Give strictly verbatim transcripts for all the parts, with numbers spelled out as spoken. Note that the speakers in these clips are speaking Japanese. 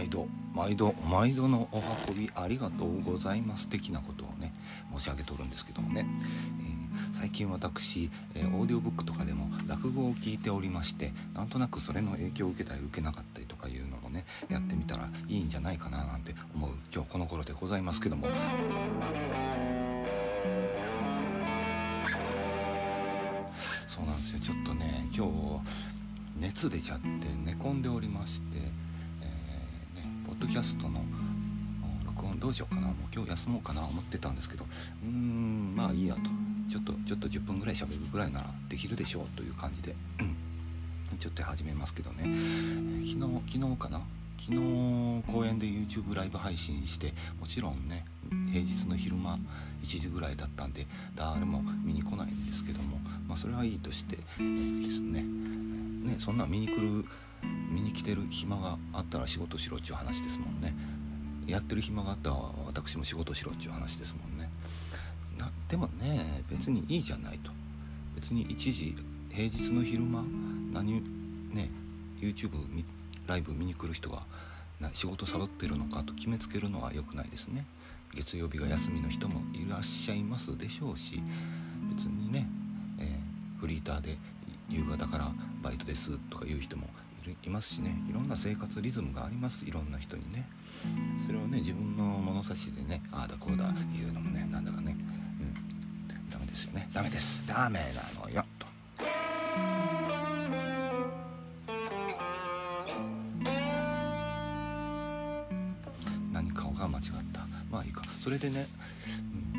毎度毎度毎度のお運びありがとうございます的なことをね申し上げとるんですけどもね、えー、最近私、えー、オーディオブックとかでも落語を聞いておりまして、なんとなくそれの影響を受けたり受けなかったりとかいうのをねやってみたらいいんじゃないかななんて思う今日この頃でございますけども、そうなんですよ。ちょっとね今日熱出ちゃって寝込んでおりまして、えーね、ポッドキャストの録音どうしようかな、もう今日休もうかな思ってたんですけど、うーんまあいいやと、ちょっとちょっとじゅっぷんぐらい喋るぐらいならできるでしょうという感じでちょっと始めますけどね、昨日昨日かな昨日公園で YouTube ライブ配信して、もちろんね平日の昼間いちじぐらいだったんで誰も見に来ないんですけども、まあそれはいいとしてですねね、そんな見に来る見に来てる暇があったら仕事しろっちゅう話ですもんね。やってる暇があったら私も仕事しろっちゅう話ですもんね。なでもね別にいいじゃないと、別に一時平日の昼間何ね YouTube ライブ見に来る人が仕事サボってるのかと決めつけるのは良くないですね。月曜日が休みの人もいらっしゃいますでしょうし、別にね、えー、フリーターで夕方からバイトですとかいう人も い, るいますしね、いろんな生活リズムがあります。いろんな人にね、それをね自分の物差しでねああだこうだ言うのもねなんだかね、うん、ダメですよね。ダメですダメなのよと。何顔が間違った。まあいいか。それでね、うん、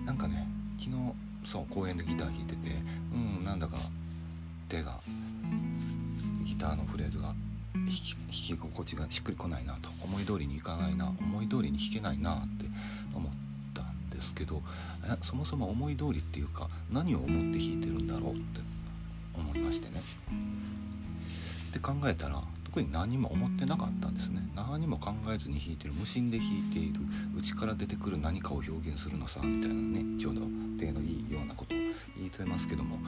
なんかね昨日そう公園でギター弾いてて、うんなんだか手がギターのフレーズが弾き、弾き心地がしっくりこないなと、思い通りにいかないな、思い通りに弾けないなって思ったんですけど、えそもそも思い通りっていうか何を思って弾いてるんだろうって思いましてね。で考えたら特に何も思ってなかったんですね。何も考えずに弾いてる、無心で弾いている、内から出てくる何かを表現するのさみたいなね、ちょうど手のいいようなことを言いてますけども、うん、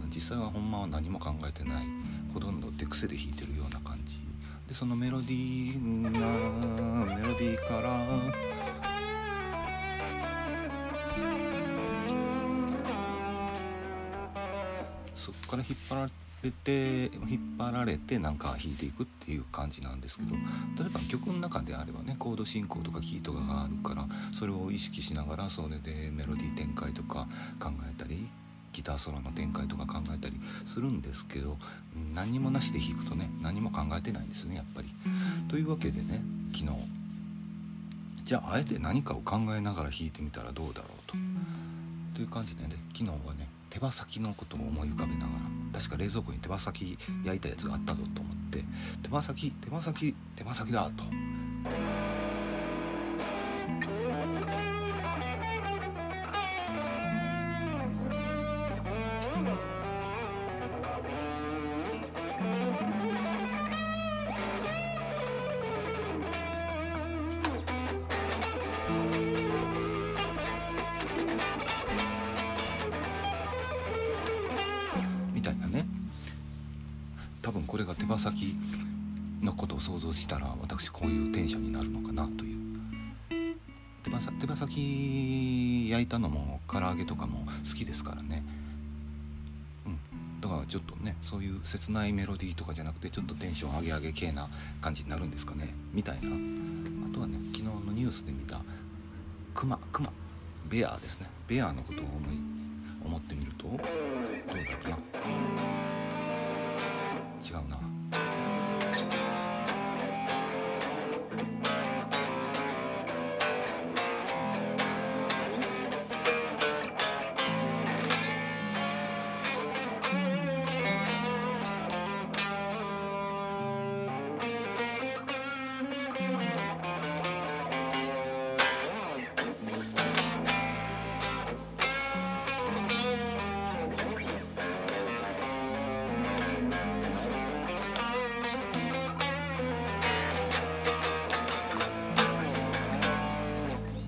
実際はほんまは何も考えてない、ほとんど手癖で弾いてるような感じで、そのメロディーなメロディーからそこから引っ張られて引っ張られてなんか弾いていくっていう感じなんですけど、例えば曲の中であればねコード進行とかキーとかがあるからそれを意識しながらそれでメロディー展開とか考えたりギターソロの展開とか考えたりするんですけど、何もなしで弾くとね何も考えてないんですねやっぱり。というわけでね昨日じゃああえて何かを考えながら弾いてみたらどうだろうとという感じでね、昨日はね手羽先のことを思い浮かべながら、確か冷蔵庫に手羽先焼いたやつがあったぞと思って、手羽先手羽先手羽先だと多分これが手羽先のことを想像したら私こういうテンションになるのかなという。手羽、手羽先焼いたのも唐揚げとかも好きですからね、うん、だからちょっとねそういう切ないメロディーとかじゃなくてちょっとテンション上げ上げ系な感じになるんですかねみたいな。あとはね昨日のニュースで見たクマクマベアですね、ベアのことを思い思ってみるとどうだろうな、違うな。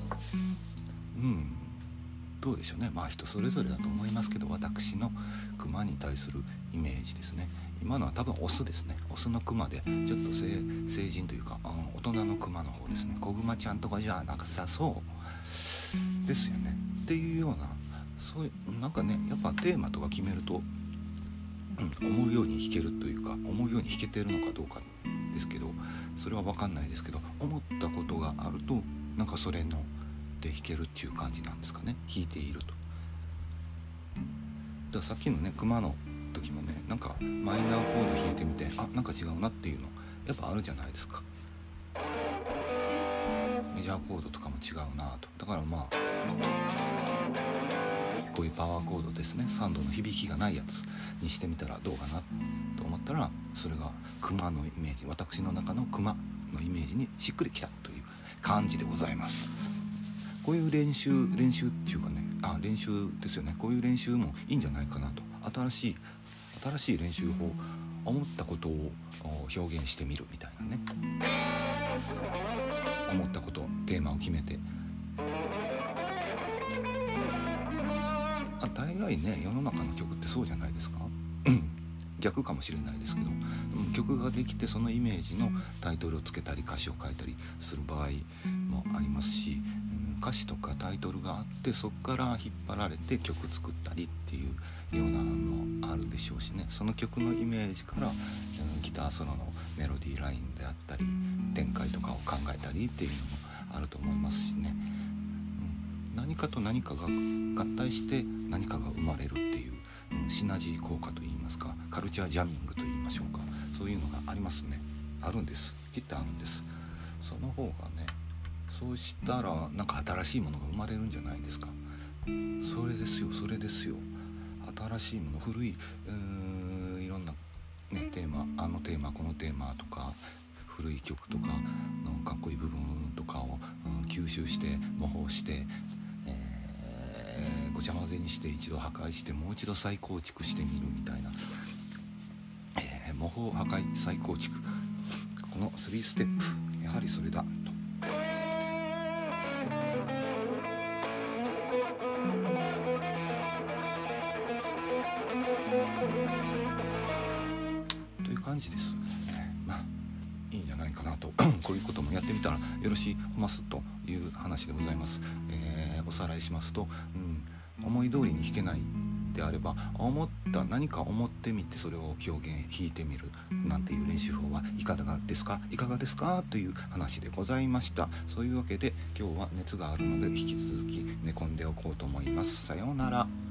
どうでしょうね。まあ人それぞれだと思いますけど、私のクマ熊に対するイメージですね。今のは多分オスですね。オスの熊でちょっと 成, 成人というか、うん、大人の熊の方ですね。子熊ちゃんとかじゃなさそうですよねっていうような、そういうなんかね、やっぱテーマとか決めると、うん、思うように弾けるというか、思うように弾けてるのかどうかですけど、それは分かんないですけど、思ったことがあるとなんかそれので弾けるっていう感じなんですかね、弾いていると。だからさっきのね熊の時もね、なんかマイナーコード弾いてみて、あ、なんか違うなっていうのやっぱあるじゃないですか。メジャーコードとかも違うなと。だからまあこういうパワーコードですね、サンドの響きがないやつにしてみたらどうかなと思ったら、それが熊のイメージ、私の中の熊のイメージにしっくりきたという感じでございます。こういう練習練習っていうかね、あ、練習ですよね。こういう練習もいいんじゃないかなと。新しい新しい練習法、思ったことを表現してみるみたいなね。思ったこと、テーマを決めて、あ、大概ね世の中の曲ってそうじゃないですか。逆かもしれないですけど、曲ができてそのイメージのタイトルをつけたり歌詞を書いたりする場合もありますし、歌詞とかタイトルがあってそこから引っ張られて曲作ったりっていうようなのもあるでしょうしね。その曲のイメージから、うん、ギターソロのメロディーラインであったり展開とかを考えたりっていうのもあると思いますしね、うん、何かと何かが合体して何かが生まれるっていう、うん、シナジー効果といいますか、カルチャージャミングといいましょうか、そういうのがありますね。あるんです、きっとあるんです。その方がね、そうしたらなんか新しいものが生まれるんじゃないですか。それですよ、それですよ。新しいもの、古い、うーいろんな、ね、テーマ、あのテーマこのテーマとか、古い曲とかのかっこいい部分とかを、うん、吸収して模倣して、えー、ごちゃ混ぜにして一度破壊してもう一度再構築してみるみたいな、えー、模倣破壊再構築、このスリーステップ、やはりそれだという感じです。まあいいんじゃないかなとこういうこともやってみたらよろしいますという話でございます。えー、おさらいしますと、うん、思い通りに弾けないであれば、思った何か思ってみてそれを表現弾いてみるなんていう練習法はいかがですかいかがですかという話でございました。そういうわけで今日は熱があるので引き続き寝込んでおこうと思います。さようなら。